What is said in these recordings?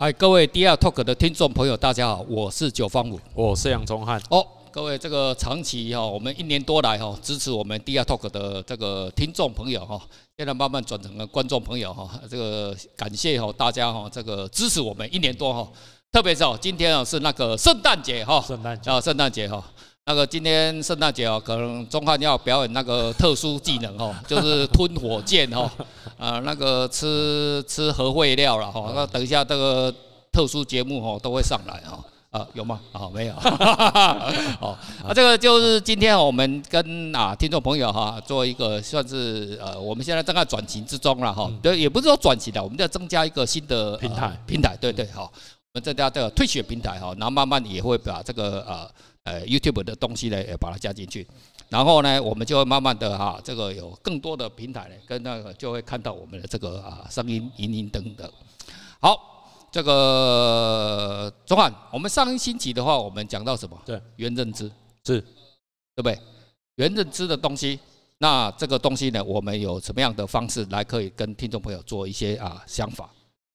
嗨，各位 DR Talk 的听众朋友，大家好，我是九方五， 我是杨宗翰。 各位这个长期我们1年多来支持我们 DR Talk 的这个听众朋友现在慢慢转成了观众朋友这个感谢大家这个支持我们1年多特别是今天是那个圣诞节圣诞节那个今天圣诞节可能宗翰要表演那个特殊技能就是吞火箭那个吃核废料了那等一下这个特殊节目都会上来有吗？没有。这个就是今天我们跟听众朋友做一个算是我们现在正在转型之中了也不是说转型的，我们在增加一个新的平台，对我们增加这个推选平台然后慢慢也会把这个YouTube 的东西呢也把它加进去，然后呢我们就会慢慢的这个有更多的平台呢跟那个就会看到我们的这个声音、影音等等。好。这个宗翰，我们上一星期的话，我们讲到什么？ 对， 原认知是， 对不对？原认知的东西，那这个东西呢，我们有什么样的方式来可以跟听众朋友做一些想法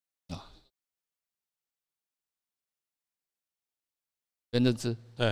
原认知， 对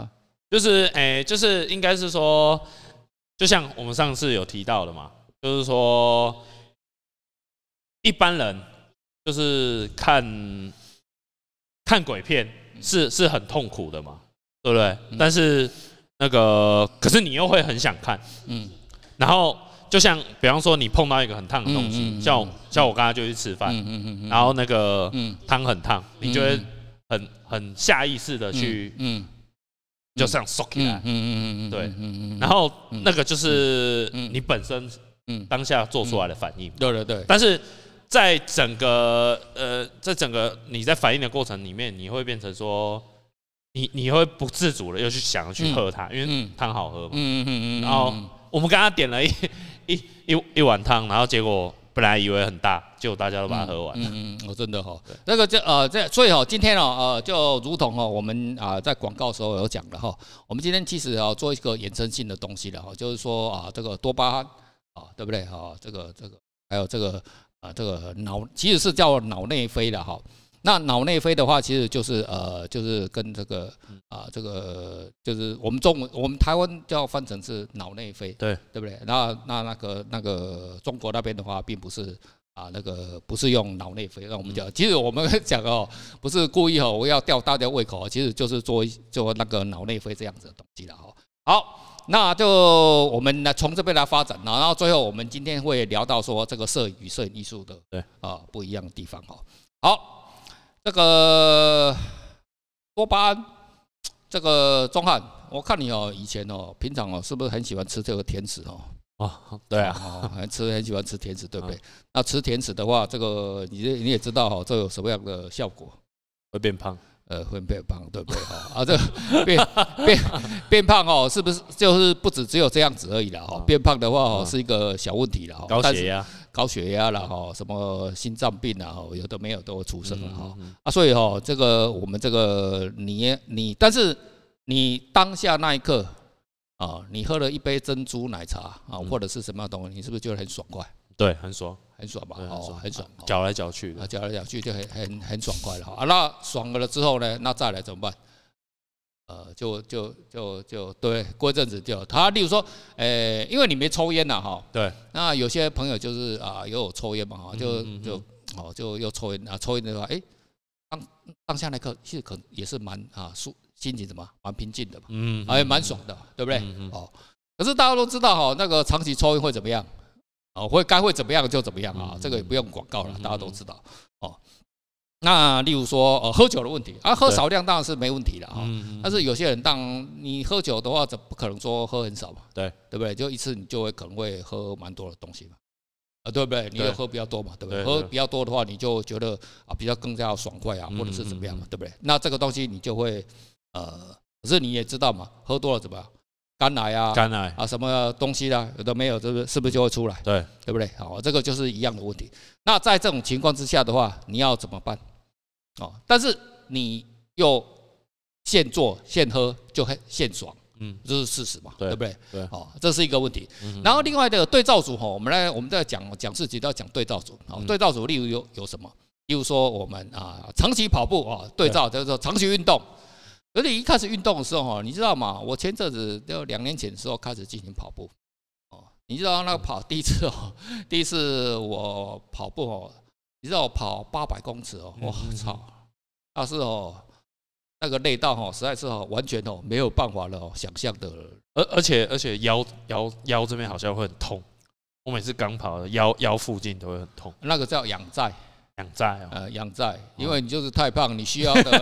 就是应该是说，就像我们上次有提到的嘛，就是说一般人。就是看鬼片是很痛苦的嘛，对不对？但是那个，可是你又会很想看，然后就像比方说你碰到一个很烫的东西，像我刚才就去吃饭，然后那个汤很烫，你就会很下意识的去，就这样收起来，对，然后那个就是你本身当下做出来的反应， 对， 但是。在整个你在反应的过程里面，你会变成说，你会不自主的又去想要去喝它，因为汤好喝嘛。然后我们刚刚点了一碗汤，然后结果本来以为很大，结果大家都把它喝完。 真的那个所以今天就如同我们在广告的时候有讲的我们今天其实做一个衍生性的东西了就是说这个多巴胺对不对这个还有这个。这个其实是叫脑内啡的那脑内啡的话，其实就是就是跟这个这个就是我们台湾叫翻成是脑内啡，对不对？那个中国那边的话，并不是那个不是用脑内啡，那我们讲，其实我们讲不是故意我要吊大家胃口，其实就是做那个脑内啡这样子的东西了好。那就我们从这边来发展，然后最后我们今天会聊到说这个摄影与摄影艺术的不一样的地方好，这个多巴胺，这个宗翰，我看你以前平常是不是很喜欢吃这个甜食对很喜欢吃甜食，对不对？那吃甜食的话，这个你也知道这有什么样的效果？ 会变胖。 会变胖，对不对？这个变胖是不是就是不只有这样子而已啦？变胖的话是一个小问题啦，高血压啦什么心脏病啦有的没有都会出生了所以这个我们这个你，但是你当下那一刻你喝了一杯珍珠奶茶或者是什么样的东西，你是不是觉得很爽快？ 对，很爽吧，很爽， 搅来搅去就很爽快了那爽了之后呢，那再来怎么办？就对，过一阵子例如说，因为你没抽烟呐对， 那有些朋友就是也有抽烟嘛就又抽烟抽烟的话，当下那刻其实可能也是蛮心情蛮平静的嘛，也蛮爽的，对不对？可是大家都知道那个长期抽烟会怎么样？该会怎么样就怎么样这个也不用广告了，大家都知道那例如说喝酒的问题喝少量当然是没问题的但是有些人当你喝酒的话，怎不可能说喝很少嘛？对不对？就一次你就可能会喝蛮多的东西嘛，对不对？你有喝比较多嘛，对不对？喝比较多的话，你就觉得比较更加爽快或者是怎么样嘛，对不对？那这个东西你就会可是你也知道嘛，喝多了怎么样？肝癌什么东西啦，有的没有，是不是就会出来？对不对？这个就是一样的问题。那在这种情况之下的话，你要怎么办？但是你又现做现喝就现爽，这是事实嘛，对不对？对，这是一个问题。然后另外的对照组我们在讲事情都要讲对照组对照组例如有什么？ 比如说我们长期跑步对照就是说长期运动。而且一开始运动的时候你知道吗？我前阵子就2年前的时候开始进行跑步你知道那个第一次我跑步你知道我跑800公尺我操！但是那个累到实在是完全没有办法了想象的。 而且腰这边好像会很痛。我每次刚跑腰附近都会很痛。 那个叫仰载。仰载，因为你就是太胖，你需要的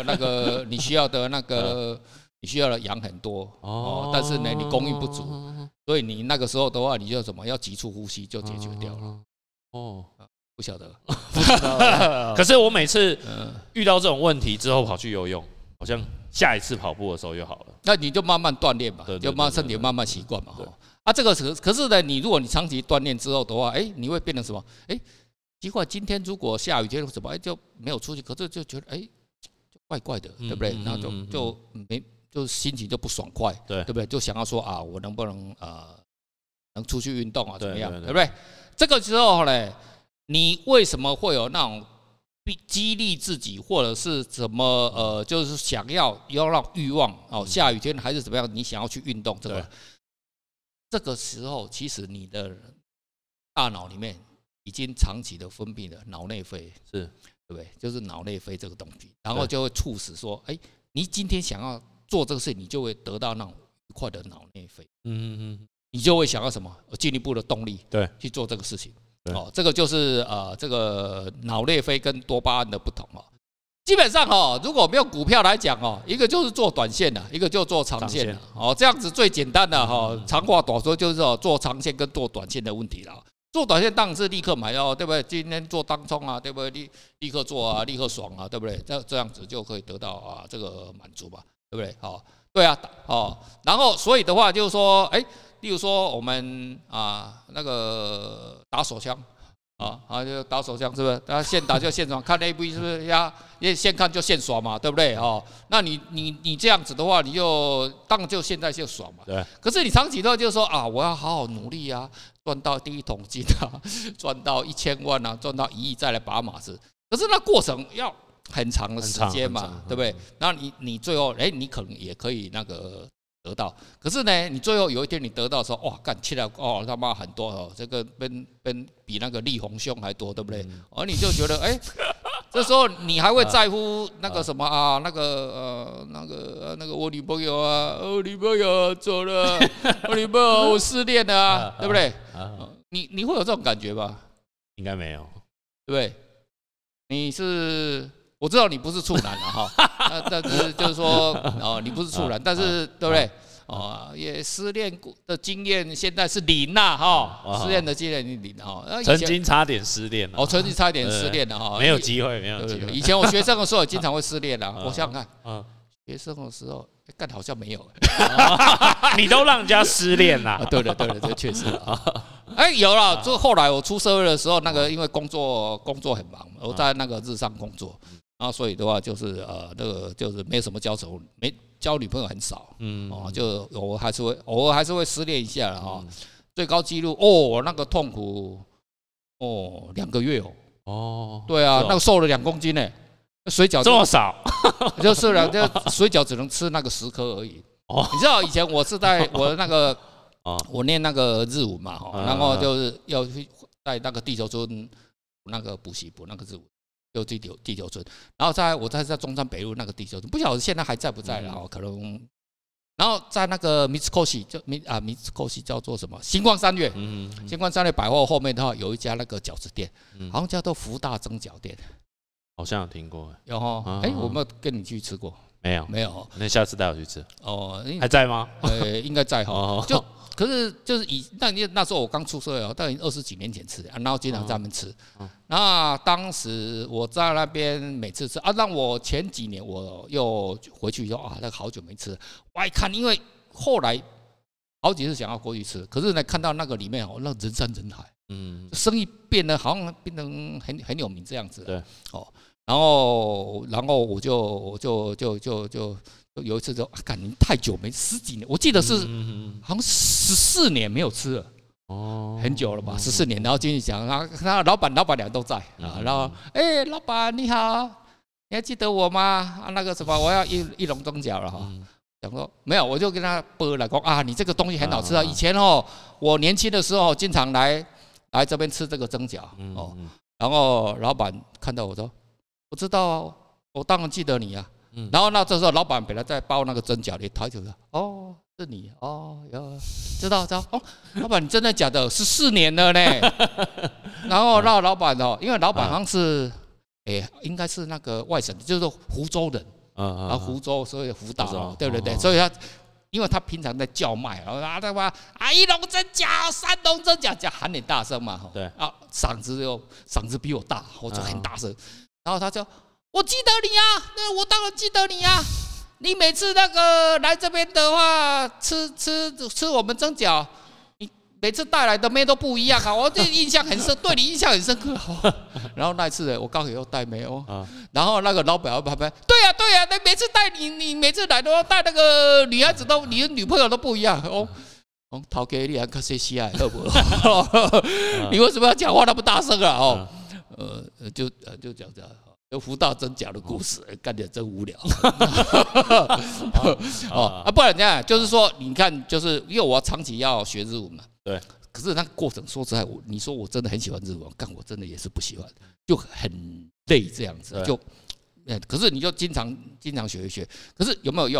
氧很多但是呢你供应不足，所以你那个时候的话，你就什么要急促呼吸就解决掉了。不晓得。 可是我每次遇到这种问题之后跑去游泳，好像下一次跑步的时候就好了。 那你就慢慢锻炼嘛，就身体慢慢习惯嘛。这个可是呢，如果你长期锻炼之后的话，你会变成什么？奇怪，今天如果下雨天什么，就没有出去，可是就觉得就怪怪的，对不对？然后就心情就不爽快，对不对？就想要说我能不能能出去运动怎么样，对不对？这个时候呢，你为什么会有那种激励自己，或者是怎么就是想要让欲望下雨天还是怎么样，你想要去运动这个时候，其实你的大脑里面已经长期的分泌了脑内啡，对不对？就是脑内啡这个东西，然后就会促使说，你今天想要做这个事情，你就会得到那种愉快的脑内啡，你就会想要什么进一步的动力，去做这个事情。这个就是这个脑内啡跟多巴胺的不同基本上如果没有股票来讲一个就是做短线的，一个就做长线的这样子最简单的长话短说就是做长线跟做短线的问题了。做短线当然是立刻买对不对？今天做当冲对不对？立刻做立刻爽对不对？这样子就可以得到这个满足嘛，对不对？对然后所以的话就是说，例如说我们那个打手枪就打手枪是不是？现打就现爽，看 AV 是不是呀？现看就现爽嘛，对不对？那你这样子的话，你就当然就现在就爽嘛。对。可是你长期的话就是说我要好好努力赚到第一桶金赚到1000万赚到1亿再来拔马子。可是那过程要很长的时间嘛，对不对？那你最后你可能也可以那个得到，可是呢，你最后有一天你得到的时候，哇，干起来他妈很多这个比那个力宏兄还多，对不对？你就觉得这时候你还会在乎那个什么那个我女朋友我女朋友走了，我女朋友我失恋了对不对？你会有这种感觉吧？ 应该没有， 对不对？我知道你不是处男了但是就是说你不是处男，但是对不对？也失恋的经验现在是0失恋的经验是0 曾经差点失恋了曾经差点失恋了没有机会。 以前我学生的时候也经常会失恋我想想看学生的时候干好像没有你都让人家失恋啦对了这确实有了。就后来我出社会的时候，那个因为工作很忙，我在那个日商工作，然后所以的话就是那个就是没什么交女朋友很少，就偶尔还是会失恋一下了最高纪录那个痛苦2个月对啊，那个瘦了2公斤呢，水饺这么少， 就是水饺只能吃那个10颗而已。你知道以前我是在我的那个我念那个日文嘛然后就是要去在那个地球村那个补习补那个日文。就地球村，然后我在中山北路那个地球村，不晓得现在还在不在了可能。然后在那个Mitsukoshi 叫做什么？星光三月，星光三月百货后面的话有一家那个饺子店，好像叫做福大蒸饺店， 好像有听过。 有我没有跟你去吃过？没有。 那下次带我去吃还在吗？ 应该在可是就是那时候我刚出社会大概20几年前吃然后经常在那边吃。那当时我在那边每次吃让我前几年我又回去说那个好久没吃了。我一看，因为后来好几次想要过去吃，可是呢看到那个里面那人山人海，生意变得好像变得很有名这样子。对，然后我就有一次就你太久没10几年，我记得是好像14年没有吃了。 很久了吧，14年，然后进去讲，然后他老板娘都在啊，然后老板你好，你还记得我吗？那个什么，我要一笼蒸饺了哈。讲说没有，我就跟他播了，讲你这个东西很好吃啊。以前我年轻的时候经常来这边吃这个蒸饺然后老板看到我说，我知道啊，我当然记得你啊。然后这时候老板本来在包那个蒸饺，你抬头说，是你知道老板你真的假的？14年了呢。然后那老板因为老板好像是应该是那个外省，就是湖州人。然后湖州，所以湖大，对不对？所以因为他平常在叫卖，然后他嘛一笼蒸饺，3笼蒸饺，讲喊点大声嘛，对嗓子比我大，我就很大声。然后他就我记得你啊，那我当然记得你啊，你每次那个来这边的话，吃我们蒸饺。每次带来的妹都不一样啊，我这印象很深，对你印象很深刻。然后那一次我刚好又带妹然后那个老板对呀，那每次带你每次来都要带那个女孩子你的女朋友都不一样陶给你还可谁喜爱，你为什么要讲话那么大声啊？就讲这样。有福大真假的故事，干点真无聊。不然这样，就是说，你看，就是因为我长期要学日文嘛，对。可是那个过程，说实在，你说我真的很喜欢日文，我真的也是不喜欢，就很累这样子。可是你就经常学一学，可是有没有用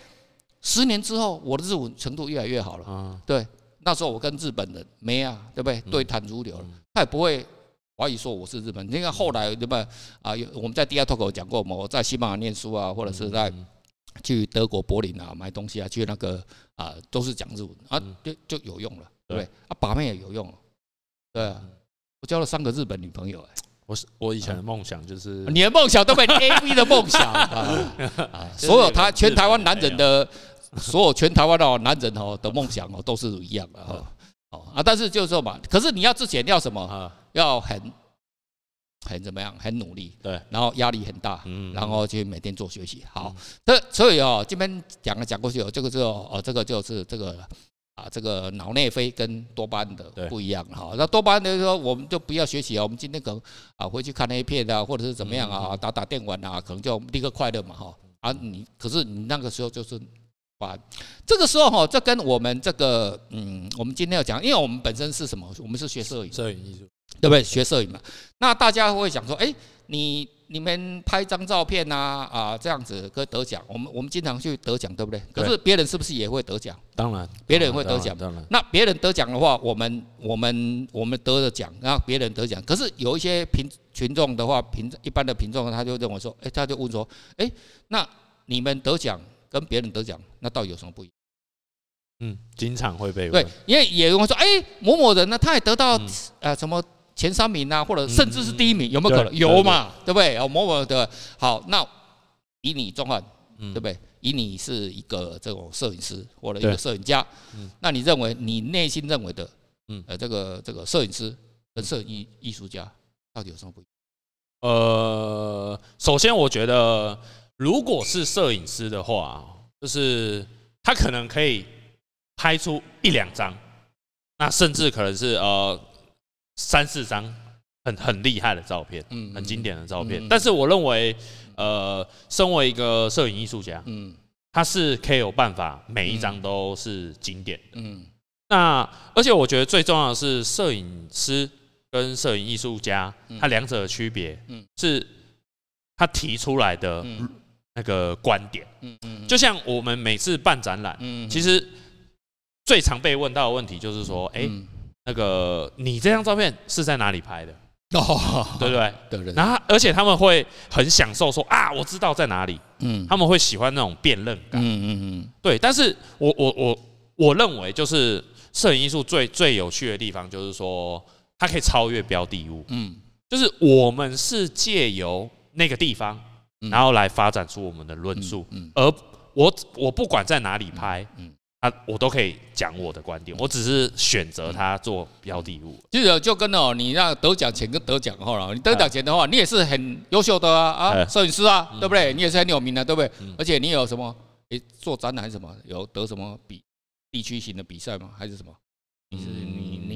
？10年之后，我的日文程度越来越好了。对，那时候我跟日本人没啊，对不对？对谈如流了，他也不会怀疑说我是日本人。你看后来对吧？我们在第二 talk 有讲过嘛，我在西班牙念书啊，或者是在去德国柏林买东西啊，去那个都是讲日文就有用了，对不对？把妹也有用了，对啊，我交了3个日本女朋友我以前的梦想就是你的梦想，对不对？AV 的梦想所有全台湾男人的，所有全台湾的男人的梦想都是一样的但是就是说嘛，可是你要之前要什么？要很怎么样？很努力，对，然后压力很大，然后就每天做学习。好，所以这边讲过去这个就是这个脑内啡跟多巴胺的不一样哈。那多巴胺的说，我们就不要学习我们今天可能回去看 A 片啊，或者是怎么样打电玩啊，可能就立刻快乐嘛哈。可是你那个时候就是这个时候这跟我们这个我们今天要讲，因为我们本身是什么？我们是学摄影艺术，对不对？学摄影嘛。那大家会想说，你们拍张照片这样子可以得奖。我们经常去得奖，对不对？可是别人是不是也会得奖？当然，别人会得奖。那别人得奖的话，我们得了奖，然后别人得奖。可是有一些群众的话，一般的群众他就认为说，他就问说，那你们得奖跟别人得奖，那到底有什么不一样？ 经常会被问。 对，因为也有人说，某某人呢，他也得到什么前3名啊，或者甚至是第1名，有没有可能？有嘛，对不对？某某的。好，那以你钟汉，对不对？以你是一个这种摄影师或者一个摄影家，那你认为你内心认为的，这个摄影师跟摄影艺术家到底有什么不一样？首先我觉得，如果是摄影师的话，就是他可能可以拍出1、2张，那甚至可能是3、4张很厉害的照片，很经典的照片。但是我认为，身为一个摄影艺术家，他是可以有办法每一张都是经典的。那而且我觉得最重要的是，摄影师跟摄影艺术家，他两者的区别是他提出来的那个观点。就像我们每次办展览，其实最常被问到的问题就是说，那个你这张照片是在哪里拍的？对不对？对。然后而且他们会很享受说我知道在哪里。他们会喜欢那种辨认感。对。但是我认为就是摄影艺术最有趣的地方就是说，它可以超越标的物。就是我们是借由那个地方，然后来发展出我们的论述。而我不管在哪里拍。我都可以讲我的观点，我只是选择它做标的物。 就跟你那得奖前跟得奖后了，你得奖前的话，你也是很优秀的摄影师对不对？你也是很有名的，对不对？而且你有什么做展览还是什么？有得什么地区型的比赛吗？还是什么？你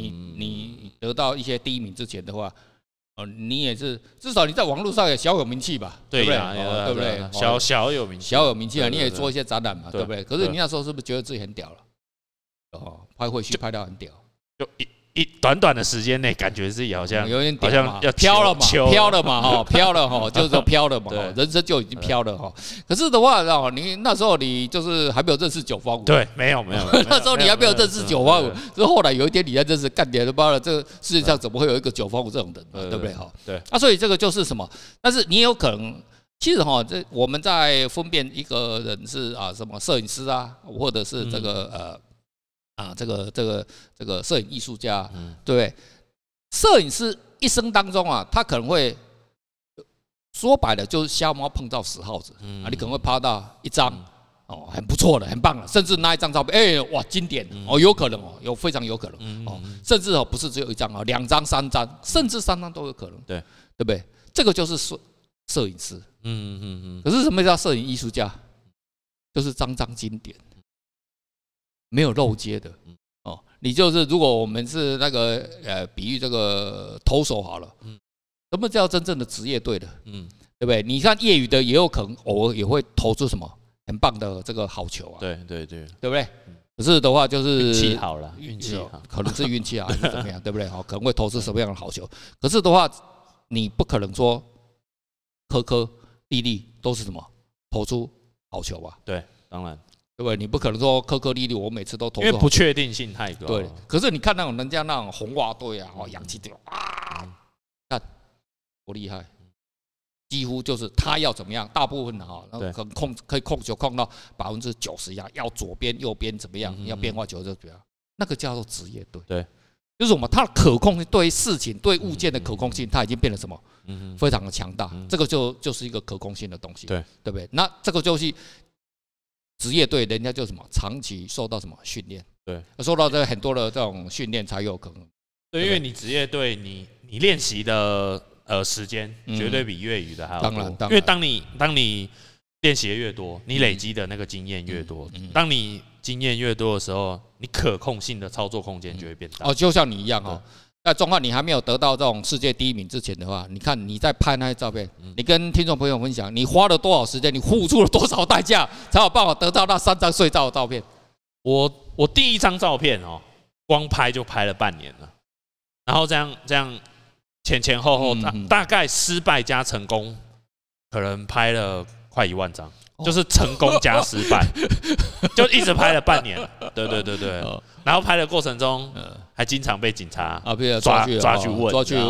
你得到一些第一名之前的话，你也是至少你在网络上也小有名气吧，对不对？对不对？ 小有名气， 小有名气啊，你也做一些展览嘛，对不对？可是你那时候是不是觉得自己很屌了？拍会去拍到很屌， 就一短短的时间内，感觉自己好像有点好像要飘了嘛，飘了嘛，飘了哈，就是说飘了嘛，人生就已经飘了哈。可是的话，你那时候你就是还没有认识985， 对，没有， 那时候你还没有认识985，是后来有一天你才认识，干点他妈的，这个世界上怎么会有一个985这种人，对不对哈？ 对， 所以这个就是什么？但是你有可能。其实这我们在分辨一个人是什么摄影师啊，或者是这个这个摄影艺术家，对不对？摄影师一生当中他可能会说白了就是瞎猫碰到死耗子你可能会拍到一张很不错的，很棒的，甚至那一张照片，哇，经典有可能有非常有可能甚至不是只有一张2张、3张，甚至3张都有可能，对不对？这个就是摄影师，可是什么叫摄影艺术家？就是张张经典，没有漏接的你就是如果我们是那个比喻这个投手好了，什么叫真正的职业队的？对不对？你看业余的也有可能偶尔也会投出什么很棒的这个好球对不对？可是的话就是运气好了，运气好， 可能是运气还是怎么样，对不对？可能会投出什么样的好球？可是的话，你不可能说颗颗粒粒都是什么投出好球吧？ 对，当然， 对不对？你不可能说颗颗粒粒我每次都投出好球， 因为不确定性太高。 对，可是你看那种人家那种红袜队洋基队看多厉害，几乎就是他要怎么样，大部分可以控球控到90%一样，要左边右边怎么样，要变化球就怎么样，那个叫做职业队。 对。 就是什么？它的可控性，对事情、对物件的可控性，它已经变得什么？非常的强大。这个就是一个可控性的东西，对不对？那这个就是职业队，人家就什么长期受到什么训练，对，受到这很多的这种训练才有可能。 对，因为你职业队，你练习的时间绝对比业余的还要多。当然，因为当你练习的越多，你累积的那个经验越多。当你经验越多的时候，你可控性的操作空间就会变大。 就像你一样在状况你还没有得到这种世界第一名之前的话，你看你在拍那些照片，你跟听众朋友分享，你花了多少时间，你付出了多少代价，才有办法得到那3张睡照的照片。 我第一张照片光拍就拍了半年了，然后这样前后大概失败加成功，可能拍了快1万张。就是成功加失败，就一直拍了半年。对，然后拍的过程中，还经常被警察抓去问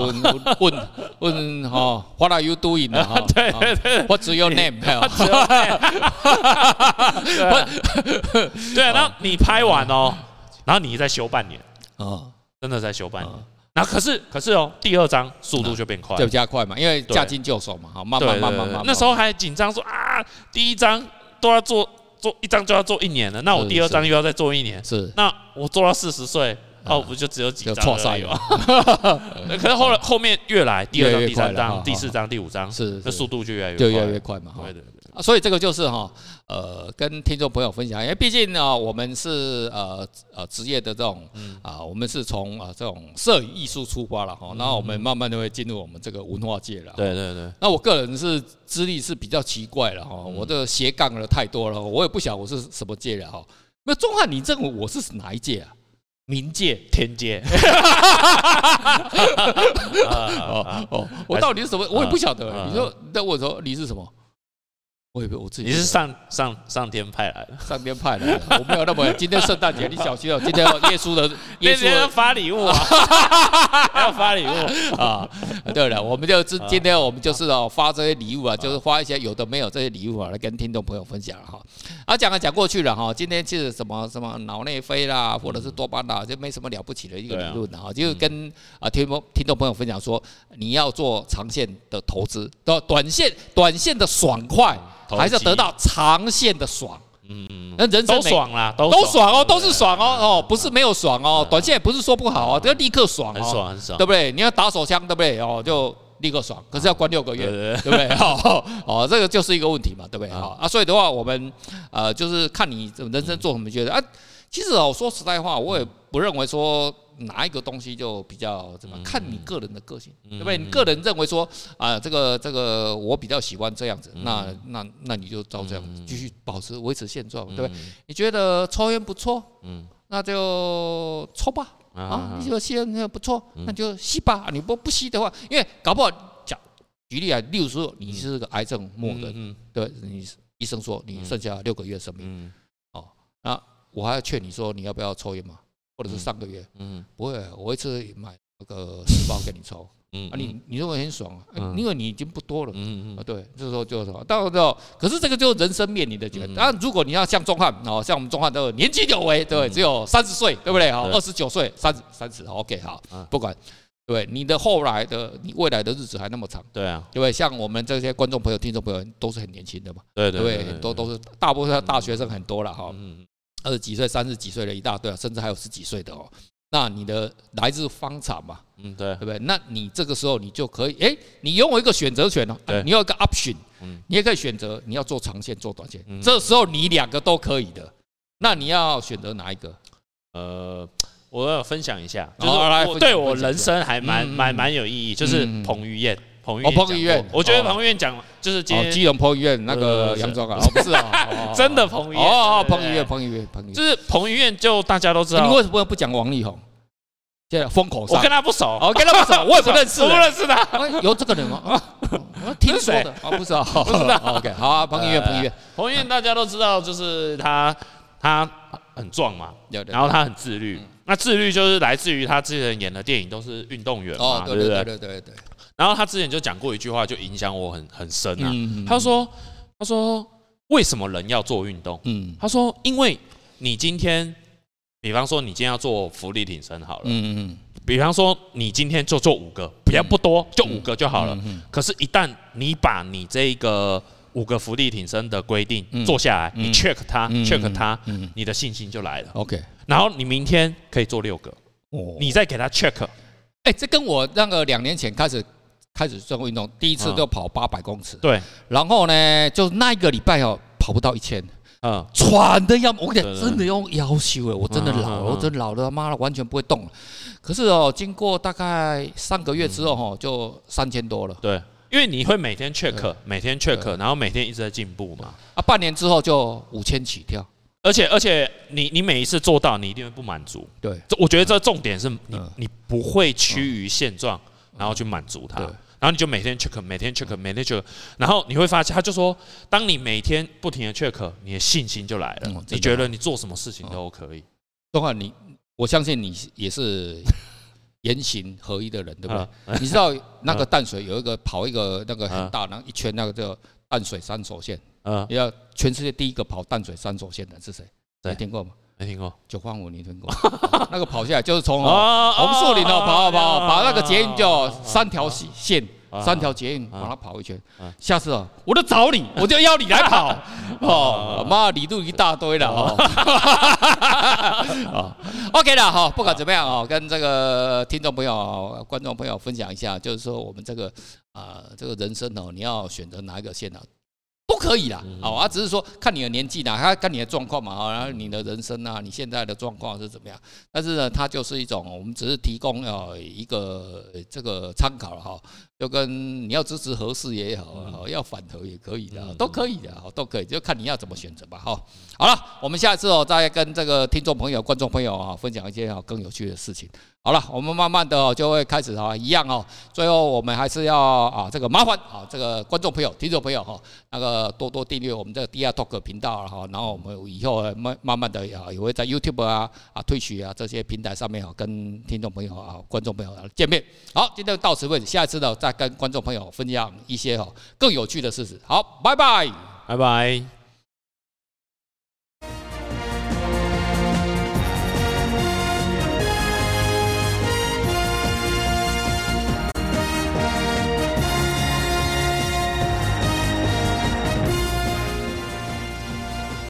，What are you doing？ 对 ，What's your name？ 对啊，然后你拍完然后你再修半年，真的再修半年。然后可是第2张速度就变快， 就加快嘛，因为驾轻就熟嘛，慢慢。 那时候还紧张说第1张都要做1张就要做1年了，那我第2张又要再做1年，是，那我做到40岁，不就只有几张而已吗？可是后面越来，第2张、第3张、第4张、第5张，是，那速度就越来越快嘛。对。所以这个就是跟听众朋友分享，因为毕竟我们是职业的这种我们是从这种摄影艺术出发了然后我们慢慢就会进入我们这个文化界了。 对。 那我个人是资历是比较奇怪了我这个斜杠了太多了，我也不晓得我是什么界了那钟汉，你认为我是哪一届啊？ 冥界、天界。 我到底是什么？我也不晓得。你说在问说你是什么？我自己你是上天派来的， 上天派来的，我没有那么。今天圣诞节，你小心今天耶稣要发礼物要发礼物对了，我们今天我们就是发这些礼物就是发一些有的没有这些礼物来跟听众朋友分享讲过去了今天是什么脑内啡啦，或者是多巴胺就没什么了不起的一个理论就是跟听众朋友分享说，你要做长线的投资，短线的爽快。还是要得到长线的爽，那人生都爽啦， 都爽都是爽不是没有爽短线也不是说不好要立刻爽很爽， 对不对？你要打手枪，对不对就立刻爽，可是要关6个月，对不对？这个就是一个问题嘛，对不对？所以的话，我们就是看你人生做什么觉得其实说实在话，我也不认为说哪一个东西就比较怎么，看你个人的个性，对不对？你个人认为说这个我比较喜欢这样子，那你就照这样继续维持现状，对不对？你觉得抽烟不错，那就抽吧，你觉得吸烟不错，那就吸吧。你不吸的话，因为搞不好举例啊，例如说你是个癌症末人，对，你医生说你剩下6个月生命，那我还要劝你说你要不要抽烟嘛，或者是3个月，不会，我一次买那个10包给你抽，你认为很爽因为你已经不多了，对，这时候就什么，到时候，可是这个就是人生面临的决定。当然，如果你要像钟汉像我们钟汉都年纪有为，对，只有30岁，对不对？29岁，30，OK， 好，不管。对，你的后来的，你未来的日子还那么长， 对啊， 对不对？像我们这些观众朋友、听众朋友都是很年轻的嘛， 对， 都是大部分大学生很多了20几岁、30几岁的一大堆，甚至还有10几岁的那你的来自方场嘛，对不对？那你这个时候你就可以，你拥有一个选择权你有一个 option，你也可以选择你要做长线、做短线，这时候你2个都可以的，那你要选择哪一个？ 我要分享一下，就是对我人生还蛮有意义，就是彭于晏。彭于晏，我觉得彭于晏讲就是今天基隆彭于晏那个洋装不是真的彭于晏彭于晏， 就是彭于晏，就大家都知道。 你为什么不讲王力宏？现在风口上， 我跟他不熟， 我也不认识， 不认识他。 有这个人吗？听说的不知道。OK， 好啊，彭于晏， 大家都知道，就是他很壮嘛，然后他很自律。那自律就是来自于他之前演的电影都是运动员嘛，对不对？ 对。 然后他之前就讲过一句话，就影响我很深啊。他说为什么人要做运动？他说因为你今天，比方说你今天要做伏地挺身好了，比方说你今天就做5个，不多，就5个就好了。可是，一旦你把你这个5个伏地挺身的规定做下来，你 check 它，你的信心就来了。 OK， 然后你明天可以做6个，你再给他 check。 这跟我那个2年前开始做运动，第一次就跑800公尺， 对， 然后呢，就那一个礼拜跑不到1000，喘的要，我跟你讲，真的用腰修了，我真的老了，我真的老了，妈的完全不会动了。可是经过大概3个月之后就3000多了， 对。因为你会每天 check， 然后每天一直在进步嘛。 半年之后就5000起跳，而且你每一次做到，你一定会不满足。 对， 我觉得这重点是你不会趋于现状，然后去满足它，然后你就每天 check， 然后你会发现，他就说，当你每天不停的 check， 你的信心就来了，你觉得你做什么事情都可以。 东汉，我相信你也是言行合一的人，对不对？你知道那个淡水有一个跑一个那个很大，然后一圈那个叫淡水3手线，你知道全世界第一个跑淡水3手线的是谁？你听过吗？ 没听过。 9方5你听过？那个跑下来就是从红树林跑那个捷运就3条线。3条捷运把它跑一圈，下次我就找你，我就要你来跑妈理路一大堆了OK 了不管怎么样跟这个听众朋友、观众朋友分享一下，就是说我们这个人生你要选择哪一个线都可以啦，只是说看你的年纪啦，看你的状况嘛，然后你的人生啊，你现在的状况是怎么样？但是呢，它就是一种我们只是提供一个这个参考了就跟你要支持核四也好，要反核也可以的，都可以的，都可以，就看你要怎么选择吧好了，我们下一次再跟这个听众朋友、观众朋友分享一些更有趣的事情。好了，我们慢慢的就会开始一样最后我们还是要这个麻烦这个观众朋友、听众朋友那个多多订阅我们这个 DR Talk 频道然后我们以后慢慢的也会在 YouTube Twitch 这些平台上面跟听众朋友观众朋友见面。好，今天到此为止，下一次再跟观众朋友分享一些更有趣的事情。好，拜拜， 拜拜。